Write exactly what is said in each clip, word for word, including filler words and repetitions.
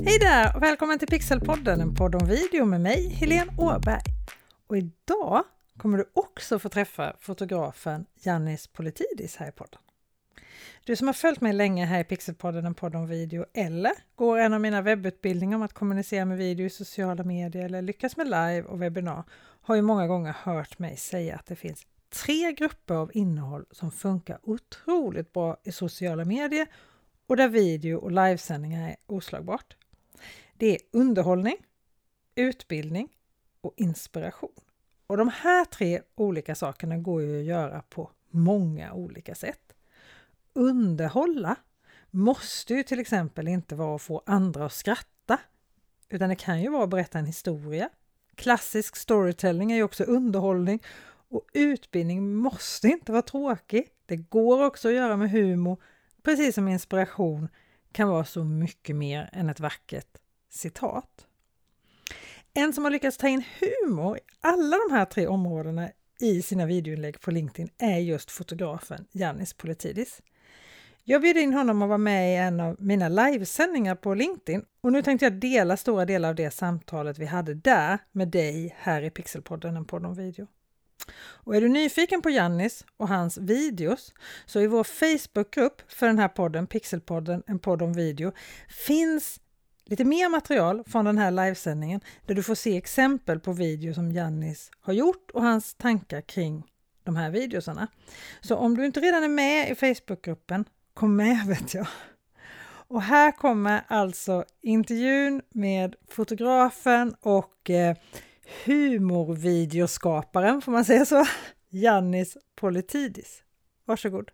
Hej där och välkommen till Pixelpodden, en podd om video med mig, Helene Åberg. Och idag kommer du också få träffa fotografen Yannis Politidis här i podden. Du som har följt mig länge här i Pixelpodden, en podd om video, eller går en av mina webbutbildningar om att kommunicera med video i sociala medier eller lyckas med live och webbinar, har ju många gånger hört mig säga att det finns tre grupper av innehåll som funkar otroligt bra i sociala medier och där video och livesändningar är oslagbart. Det är underhållning, utbildning och inspiration. Och de här tre olika sakerna går ju att göra på många olika sätt. Underhålla måste ju till exempel inte vara att få andra att skratta, utan det kan ju vara att berätta en historia. Klassisk storytelling är ju också underhållning, och utbildning måste inte vara tråkig. Det går också att göra med humor, precis som inspiration kan vara så mycket mer än ett vackert citat. En som har lyckats ta in humor i alla de här tre områdena i sina videoinlägg på LinkedIn är just fotografen Yannis Politidis. Jag bjöd in honom att vara med i en av mina livesändningar på LinkedIn, och nu tänkte jag dela stora delar av det samtalet vi hade där med dig här i Pixelpodden, en podd om video. Och är du nyfiken på Yannis och hans videos, så i vår Facebookgrupp för den här podden, Pixelpodden, en podd om video, finns lite mer material från den här livesändningen där du får se exempel på videor som Yannis har gjort och hans tankar kring de här videosarna. Så om du inte redan är med i Facebookgruppen, kom med, vet jag. Och här kommer alltså intervjun med fotografen och eh, humorvideoskaparen, får man säga så, Yannis Politidis. Varsågod.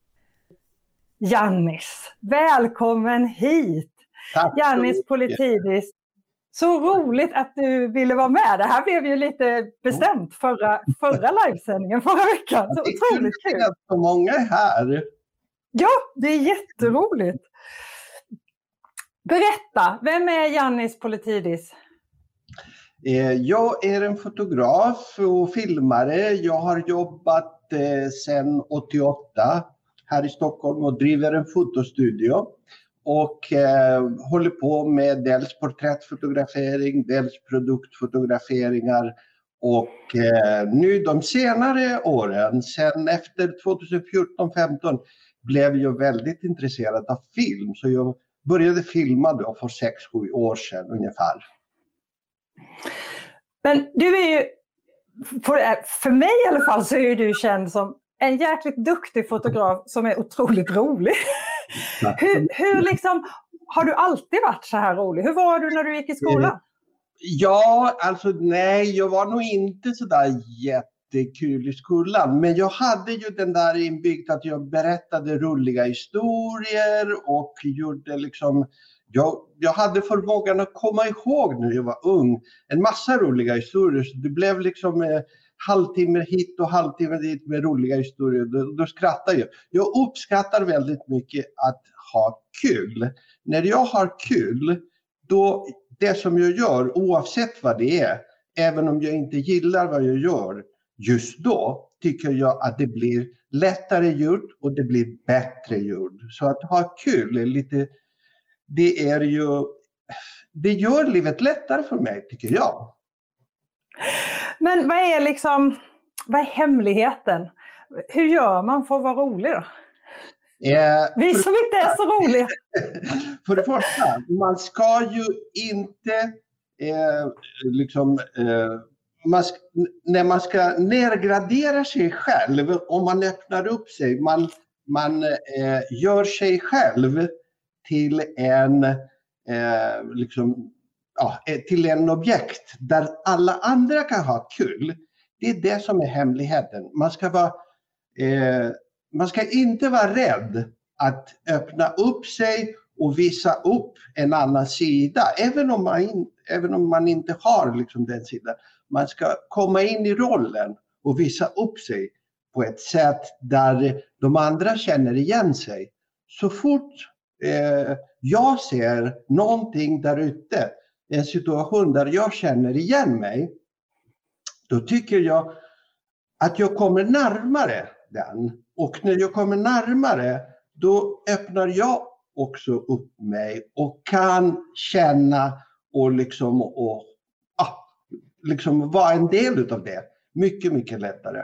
Yannis, välkommen hit. Tack. Yannis Politidis. Så roligt att du ville vara med. Det här blev ju lite bestämt förra, förra livesändningen förra veckan. Så otroligt kul. Att så många är här. Ja, det är jätteroligt. Berätta, vem är Yannis Politidis? Jag är en fotograf och filmare. Jag har jobbat sedan åttioåtta här i Stockholm och driver en fotostudio. Och eh, håller på med dels porträttfotografering, dels produktfotograferingar. Och eh, nu de senare åren, sen efter tjugohundrafjorton femton, blev jag väldigt intresserad av film. Så jag började filma då för sex sju år sedan ungefär. Men du är ju, för, för mig i alla fall, så är du känd som en jäkligt duktig fotograf som är otroligt rolig. hur, hur liksom, har du alltid varit så här rolig? Hur var du när du gick i skolan? Ja, alltså nej, jag var nog inte så där jättekul i skolan. Men jag hade ju den där inbyggt att jag berättade roliga historier och gjorde liksom... Jag, jag hade förmågan att komma ihåg när jag var ung en massa roliga historier. Så det blev liksom eh, halvtimme hit och halvtimme dit med roliga historier. Då, då skrattar jag. Jag uppskattar väldigt mycket att ha kul. När jag har kul, då det som jag gör, oavsett vad det är, även om jag inte gillar vad jag gör just då, tycker jag att det blir lättare gjort och det blir bättre gjort. Så att ha kul är lite... Det är ju, det gör livet lättare för mig, tycker jag. Men vad är liksom, vad är hemligheten? Hur gör man för att vara rolig då? Eh, Vi som inte är så roliga. För det första, man ska ju inte eh, liksom, eh, man ska, när man ska nedgradera sig själv, om man öppnar upp sig, man, man eh, gör sig själv till en, eh, liksom, ja, till en objekt där alla andra kan ha kul. Det är det som är hemligheten. Man ska, vara, eh, man ska inte vara rädd att öppna upp sig och visa upp en annan sida. Även om man, in, även om man inte har liksom den sidan. Man ska komma in i rollen och visa upp sig på ett sätt där de andra känner igen sig. Så fort Eh, jag ser någonting där ute, en situation där jag känner igen mig, då tycker jag att jag kommer närmare den. Och när jag kommer närmare, då öppnar jag också upp mig och kan känna och liksom, och, ah, liksom vara en del av det. Mycket, mycket lättare.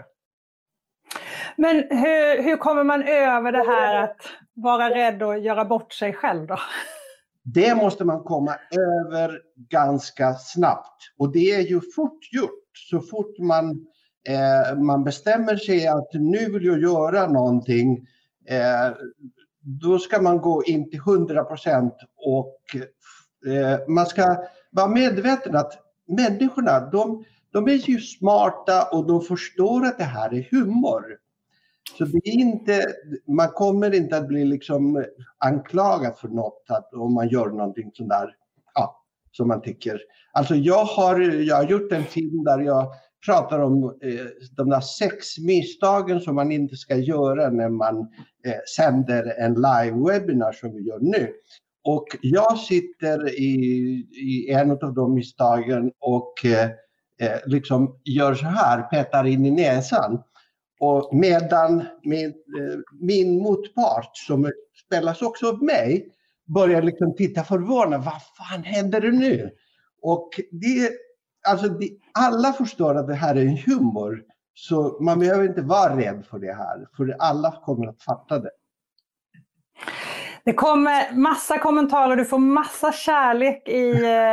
Men hur, hur kommer man över det här att vara rädd och göra bort sig själv då? Det måste man komma över ganska snabbt. Och det är ju fort gjort. Så fort man, eh, man bestämmer sig att nu vill jag göra någonting. Eh, då ska man gå in till hundra procent. Och eh, man ska vara medveten att människorna, de, de är ju smarta och de förstår att det här är humor. Så det är inte, man kommer inte att bli liksom anklagad för något att, om man gör någonting sånt där, ja, som man tycker. Alltså jag har, jag har gjort en film där jag pratar om eh, de där sex misstagen som man inte ska göra när man eh, sänder en live-webinar som vi gör nu. Och jag sitter i, i en av de misstagen och eh, liksom gör så här, petar in i näsan. Och medan min, min motpart som spelas också av mig börjar liksom titta förvånad. Vad fan händer det nu? Och det, alltså det, alla förstår att det här är en humor. Så man behöver inte vara rädd för det här. För alla kommer att fatta det. Det kommer massa kommentarer. Du får massa kärlek i,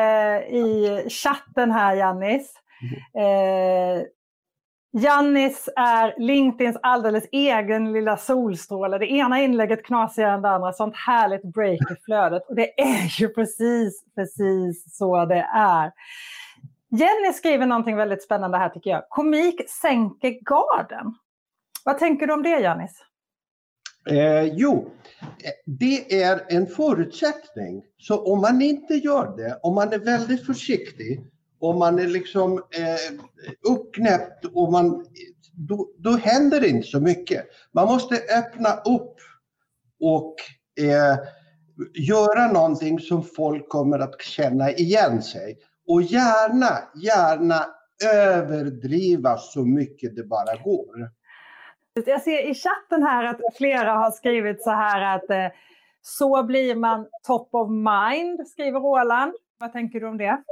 i chatten här, Jannis. Mm. Eh, Jannis är LinkedIns alldeles egen lilla solstråle. Det ena inlägget knasigare än det andra. Sånt härligt break i flödet. Och det är ju precis, precis så det är. Jenny skriver någonting väldigt spännande här tycker jag. Komik sänker garden. Vad tänker du om det, Jannis? Eh, jo, det är en förutsättning. Så om man inte gör det, om man är väldigt försiktig, om man är liksom eh, uppknäppt och man, då, då händer det inte så mycket. Man måste öppna upp och eh, göra någonting som folk kommer att känna igen sig. Och gärna, gärna överdriva så mycket det bara går. Jag ser i chatten här att flera har skrivit så här att eh, så blir man top of mind, skriver Roland. Vad tänker du om det?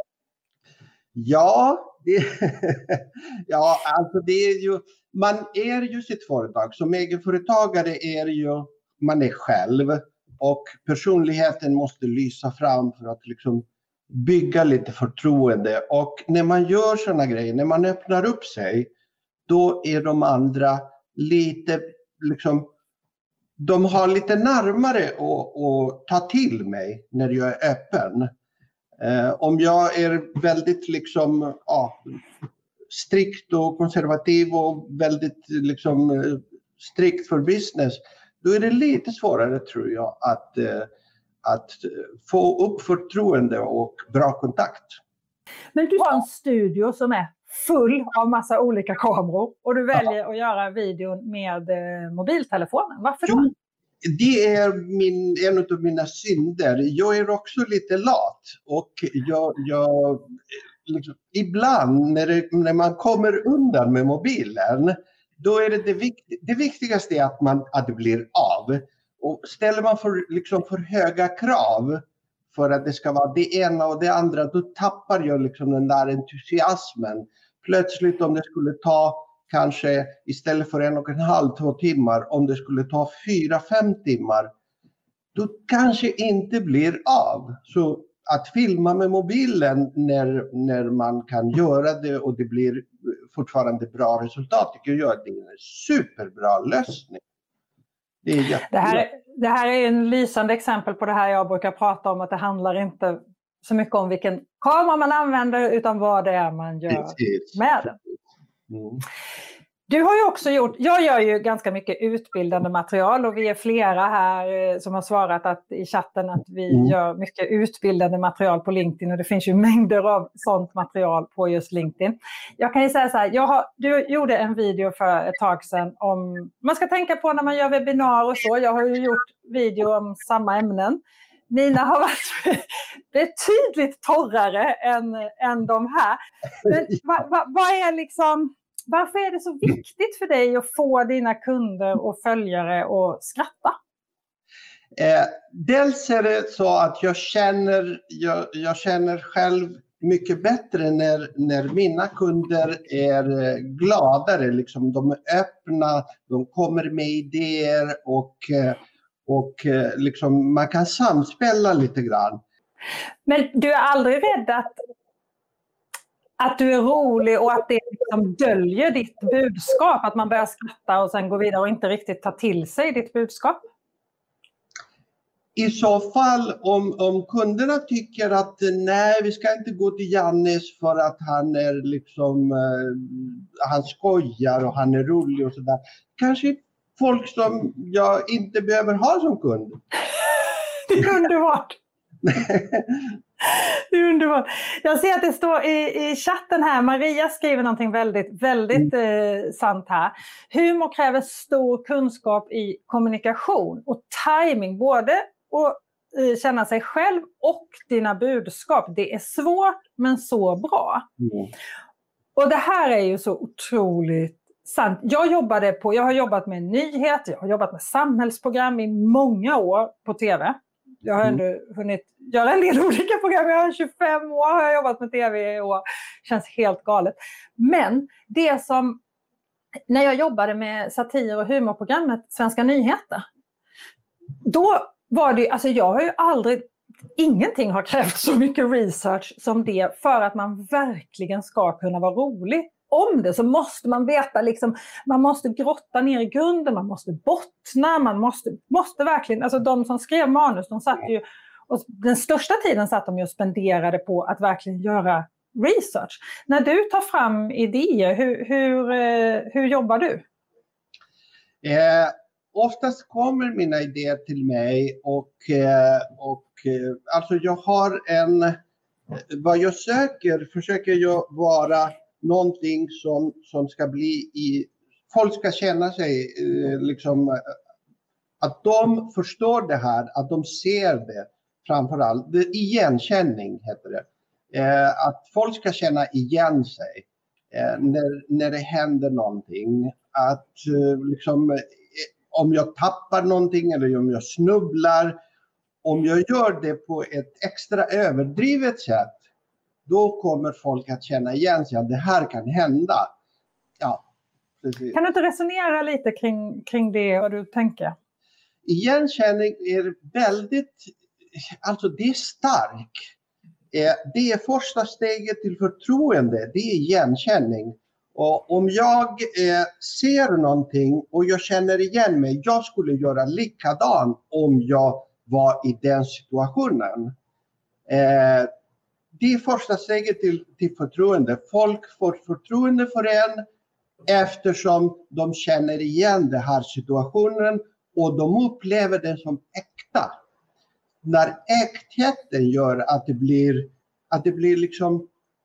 Ja, det, ja, alltså det är ju, man är ju sitt företag. Som egenföretagare är ju, man är själv. Och personligheten måste lysa fram för att liksom bygga lite förtroende. Och när man gör sådana grejer, när man öppnar upp sig, då är de andra lite, liksom, de har lite närmare att, att ta till mig när jag är öppen. Eh, om jag är väldigt liksom, ja, strikt och konservativ och väldigt liksom, strikt för business, då är det lite svårare tror jag att, eh, att få upp förtroende och bra kontakt. Men du har en studio som är full av massa olika kameror och du väljer att göra videon med eh, mobiltelefonen. Varför då? Jo, det är min, en av mina synder. Jag är också lite lat och jag, jag liksom, ibland när, det, när man kommer undan med mobilen, då är det det, vikt, det viktigaste är att, man, att det blir av. Och ställer man för, liksom för höga krav för att det ska vara det ena och det andra, då tappar jag liksom den där entusiasmen. Plötsligt om det skulle ta kanske istället för en och en halv, två timmar, om det skulle ta fyra, fem timmar, då kanske inte blir av. Så att filma med mobilen när, när man kan göra det och det blir fortfarande bra resultat, tycker jag att det är en superbra lösning. Det, är det, här, det här är en lysande exempel på det här jag brukar prata om, att det handlar inte så mycket om vilken kamera man använder utan vad det är man gör med den. Mm. Du har ju också gjort, jag gör ju ganska mycket utbildande material och vi är flera här som har svarat att, i chatten att vi mm. gör mycket utbildande material på LinkedIn och det finns ju mängder av sånt material på just LinkedIn. Jag kan ju säga så här, jag har, du gjorde en video för ett tag sedan om, man ska tänka på när man gör webbinar och så, jag har ju gjort video om samma ämnen. Mina har varit betydligt torrare än, än de här. Men vad va, va är liksom, varför är det så viktigt för dig att få dina kunder och följare att skratta? Eh, dels är det så att jag känner, jag, jag känner själv mycket bättre när, när mina kunder är gladare. Liksom, de är öppna, de kommer med idéer och, och liksom, man kan samspela lite grann. Men du är aldrig rädd att, att du är rolig och att det liksom döljer ditt budskap? Att man börjar skratta och sen går vidare och inte riktigt tar till sig ditt budskap? I så fall om, om kunderna tycker att nej, vi ska inte gå till Jannis för att han är liksom, eh, han skojar och han är rolig och sådär. Kanske folk som jag inte behöver ha som kund. Det är underbart. Det är underbart. Jag ser att det står i, i chatten här, Maria skriver någonting väldigt, väldigt mm. eh, sant här. Humor kräver stor kunskap i kommunikation och timing, både och känna sig själv och dina budskap. Det är svårt men så bra. Mm. Och det här är ju så otroligt sant. Jag jobbade på, jag har jobbat med nyheter, jag har jobbat med samhällsprogram i många år på tv. Jag har ändå mm. hunnit göra en del olika program. Jag har tjugofem år har jag jobbat med tv och känns helt galet. Men det som, när jag jobbade med satir- och humorprogrammet Svenska nyheter, då var det, alltså jag har ju aldrig, ingenting har krävt så mycket research som det för att man verkligen ska kunna vara rolig. Om det så måste man veta, liksom, man måste grotta ner i grunden, man måste bottna, man måste, måste verkligen, alltså de som skrev manus, de satt ju, och den största tiden satt de ju och spenderade på att verkligen göra research. När du tar fram idéer, hur, hur, hur jobbar du? Eh. Oftast kommer mina idéer till mig och, och alltså jag har en, vad jag söker försöker jag vara någonting som, som ska bli i, folk ska känna sig liksom att de förstår det här, att de ser det framförallt, det, igenkänning heter det, att folk ska känna igen sig när, när det händer någonting, att liksom om jag tappar någonting eller om jag snubblar, om jag gör det på ett extra överdrivet sätt, då kommer folk att känna igen sig att det här kan hända. Ja, precis. Kan du inte resonera lite kring, kring det och du tänker? Igenkänning är väldigt, alltså det är stark. Det är första steget till förtroende, det är igenkänning. Och om jag eh, ser någonting och jag känner igen mig, jag skulle göra likadant om jag var i den situationen. Eh, det är första steget till, till förtroende. Folk får förtroende för en eftersom de känner igen den här situationen och de upplever den som äkta. När äktheten gör att det blir, att det blir liksom,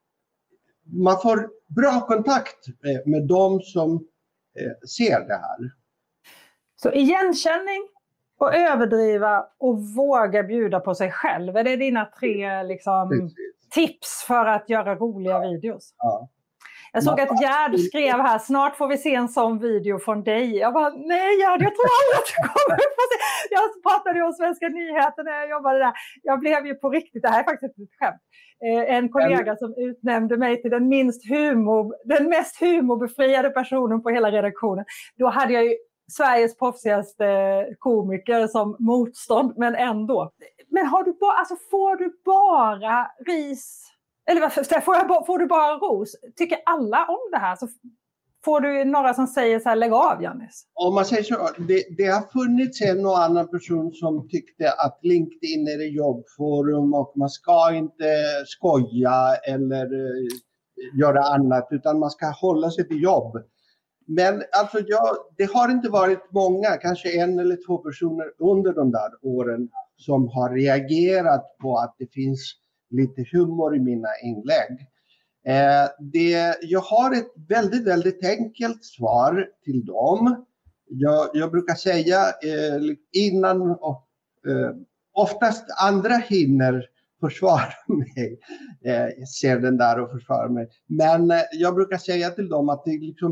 man får bra kontakt med de som ser det här. Så igenkänning och överdriva och våga bjuda på sig själv. Är det dina tre liksom, tips för att göra roliga videos? Ja. Jag såg att Gerd skrev här, snart får vi se en sån video från dig. Jag bara, nej Gerd, jag tror aldrig att du kommer få se. Jag pratade om Svenska nyheter när jag jobbade där. Jag blev ju på riktigt, det här är faktiskt ett skämt. En kollega som utnämnde mig till den, minst humor, den mest humorbefriade personen på hela redaktionen. Då hade jag ju Sveriges proffsigaste komiker som motstånd, men ändå. Men har du bara, alltså får du bara ris... Eller varför, får, jag, får du bara ros? Tycker alla om det här så får du några som säger så här, lägg av Jannis. Om man säger så, det, det har funnits en och annan person som tyckte att LinkedIn är ett jobbforum och man ska inte skoja eller uh, göra annat utan man ska hålla sig till jobb. Men alltså jag, det har inte varit många, kanske en eller två personer under de där åren som har reagerat på att det finns lite humor i mina inlägg. Eh, det, jag har ett väldigt, väldigt enkelt svar till dem. Jag, jag brukar säga eh, innan, och, eh, oftast andra hinner försvara mig. Eh, jag ser den där och försvara mig. Men eh, jag brukar säga till dem att det liksom,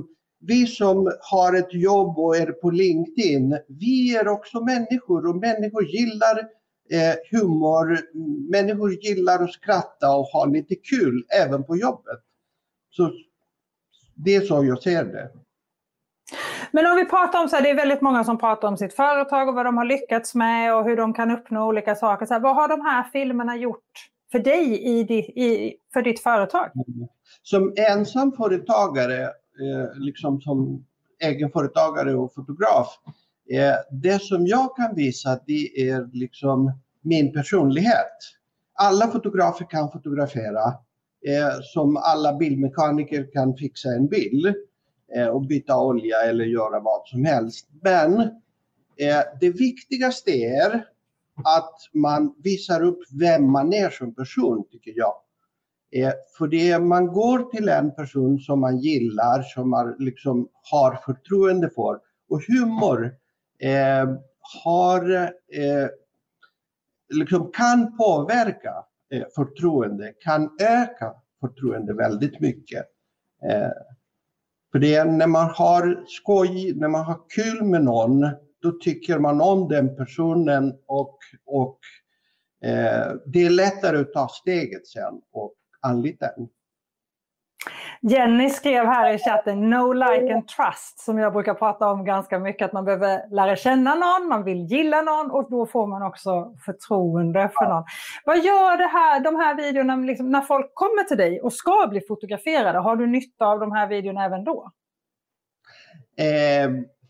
vi som har ett jobb och är på LinkedIn, vi är också människor och människor gillar eh, humor, människor gillar att skratta och ha lite kul även på jobbet. Så det är så jag ser det. Men om vi pratar om så här, det är väldigt många som pratar om sitt företag och vad de har lyckats med och hur de kan uppnå olika saker. Så här, vad har de här filmerna gjort för dig i, di, i, för ditt företag? Som ensamföretagare, eh, liksom som egenföretagare och fotograf, eh, det som jag kan visa, det är liksom min personlighet. Alla fotografer kan fotografera, eh, som alla bildmekaniker kan fixa en bild eh, och byta olja eller göra vad som helst. Men eh, det viktigaste är att man visar upp vem man är som person, tycker jag. Eh, för det man går till en person som man gillar, som man liksom har förtroende för. Och humor eh, har, eh, liksom kan påverka eh, förtroende, kan öka förtroende väldigt mycket. Eh, för det är när man har skoj, när man har kul med någon, då tycker man om den personen och, och eh, det är lättare att ta steget sen och anlita den. Jenny skrev här i chatten no like and trust, som jag brukar prata om ganska mycket, att man behöver lära känna någon, man vill gilla någon och då får man också förtroende för någon. Vad gör det här, de här videorna liksom, när folk kommer till dig och ska bli fotograferade? Har du nytta av de här videorna även då? Eh,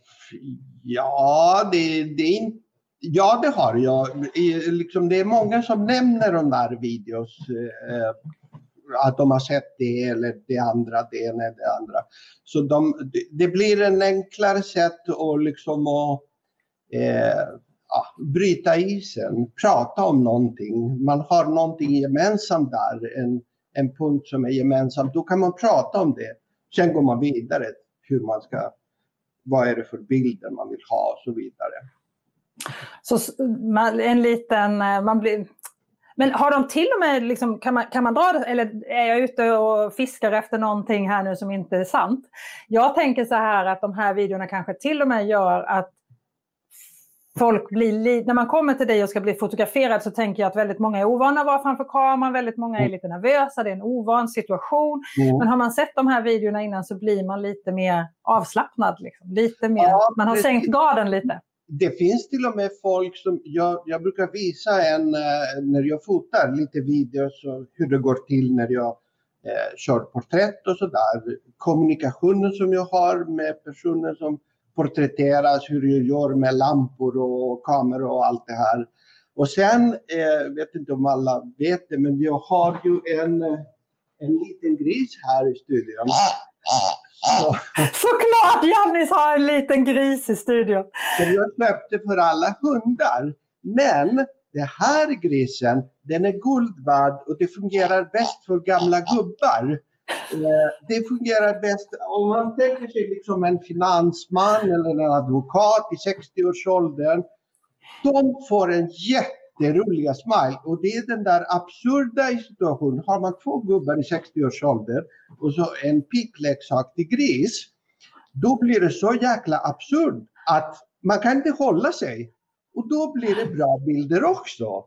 ja, det, det är inte Ja, det har jag. Liksom, det är många som nämner de där videos. Eh, att de har sett det eller det andra, det ena eller det andra. Så de, det blir en enklare sätt att liksom att, eh, ja, bryta isen. Prata om någonting. Man har någonting gemensamt där. En, en punkt som är gemensam. Då kan man prata om det. Sen går man vidare. Hur man ska, vad är det för bilder man vill ha och så vidare. Så man, en liten, man blir, men har de till och med, liksom, kan, man, kan man dra det, eller är jag ute och fiskar efter någonting här nu som inte är sant? Jag tänker så här att de här videorna kanske till och med gör att folk blir, när man kommer till dig och ska bli fotograferad så tänker jag att väldigt många är ovana att vara framför kameran, väldigt många är lite nervösa, det är en ovan situation. Mm. Men har man sett de här videorna innan så blir man lite mer avslappnad, liksom. Lite mer, ja, man har sänkt garden lite. Det finns till och med folk som, jag, jag brukar visa en, när jag fotar lite videos och hur det går till när jag eh, kör porträtt och sådär. Kommunikationen som jag har med personer som porträtteras, hur jag gör med lampor och kameror och allt det här. Och sen, eh, vet inte om alla vet det, men jag har ju en, en liten gris här i studion. Så. Såklart Jannis har en liten gris i studion. Som jag köpte för alla hundar. Men den här grisen, den är guld värd och det fungerar bäst för gamla gubbar. Det fungerar bäst om man tänker sig liksom en finansman eller en advokat i sextio-årsåldern. De får en jätteroliga smile och det är den där absurda situationen. Har man två gubbar i sextio-årsåldern och så en pickleksak till gris, då blir det så jäkla absurd att man kan inte hålla sig. Och då blir det bra bilder också.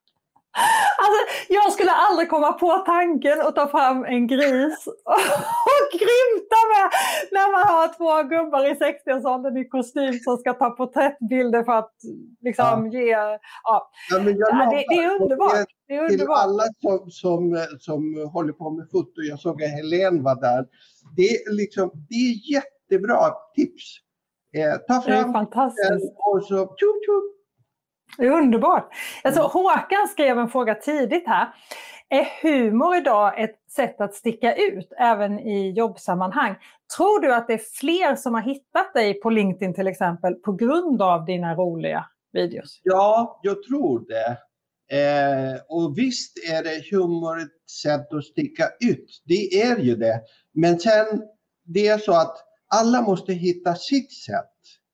Alltså, jag skulle aldrig komma på tanken att ta fram en gris och grymta med när man har två gubbar i sextio-årsåldern i kostym som ska ta porträttbilder för att liksom ja. ge... Ja. Ja, men jag ja, det, det är underbart. Det är underbart. Till alla som, som, som håller på med foto, jag såg att Helene var där. Det är, liksom, det är jättebra tips. Eh, ta fram det är fantastiskt. Och så tjup, tjup. Det är underbart. Alltså, Håkan skrev en fråga tidigt här. Är humor idag ett sätt att sticka ut även i jobbsammanhang? Tror du att det är fler som har hittat dig på LinkedIn till exempel på grund av dina roliga videos? Ja, jag tror det. Eh, och visst är det humor ett sätt att sticka ut. Det är ju det. Men sen det är så att alla måste hitta sitt sätt.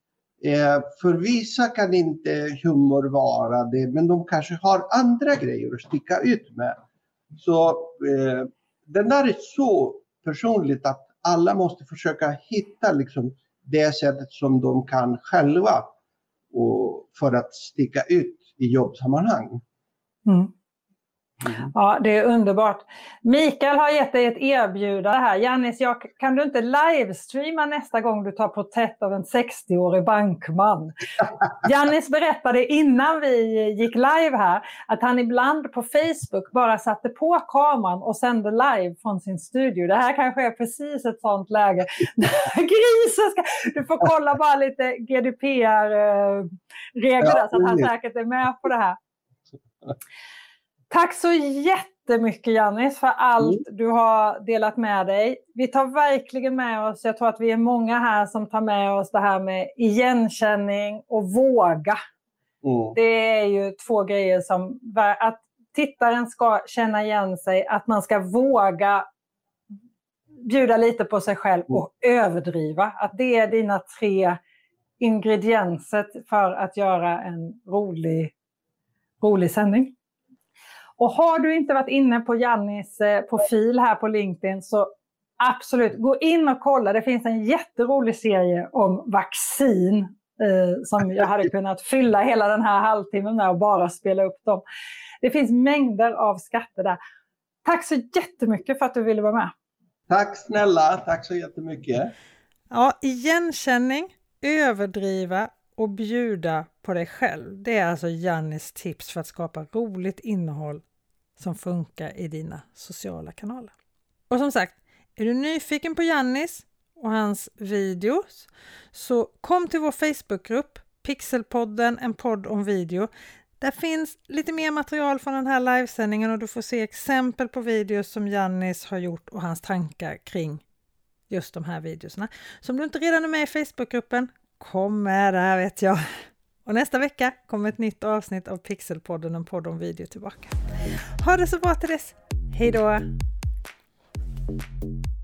Eh, för vissa kan inte humor vara det, men de kanske har andra grejer att sticka ut med. Så eh, den där är så personligt att alla måste försöka hitta liksom det sättet som de kan själva och för att sticka ut i jobbsammanhang. Mm. Mm. Ja, det är underbart. Mikael har gett dig ett erbjudande här. Jannis, jag, kan du inte livestreama nästa gång du tar porträtt av en sextioårig bankman? Jannis berättade innan vi gick live här att han ibland på Facebook bara satte på kameran och sände live från sin studio. Det här kanske är precis ett sånt läge. Grisen ska... Du får kolla bara lite G D P R-regler där, så att han säkert är med på det här. Tack så jättemycket, Jannis, för allt du har delat med dig. Vi tar verkligen med oss, jag tror att vi är många här som tar med oss det här med igenkänning och våga. Mm. Det är ju två grejer som, att tittaren ska känna igen sig, att man ska våga bjuda lite på sig själv och överdriva. Att det är dina tre ingredienser för att göra en rolig, rolig sändning. Och har du inte varit inne på Jannis profil här på LinkedIn, så absolut, gå in och kolla. Det finns en jätterolig serie om vaccin eh, som jag hade kunnat fylla hela den här halvtimmen med och bara spela upp dem. Det finns mängder av skatter där. Tack så jättemycket för att du ville vara med. Tack snälla, tack så jättemycket. Ja, igenkänning, överdriva och bjuda på dig själv. Det är alltså Jannis tips för att skapa roligt innehåll som funkar i dina sociala kanaler. Och som sagt, är du nyfiken på Jannis och hans videos, så kom till vår Facebookgrupp Pixelpodden, en podd om video. Där finns lite mer material från den här livesändningen och du får se exempel på videos som Jannis har gjort och hans tankar kring just de här videorna. Så om du inte redan är med i Facebookgruppen, kom med där, vet jag. Och nästa vecka kommer ett nytt avsnitt av Pixelpodden, en podd om video, tillbaka. Ha det så bra till dess. Hej då!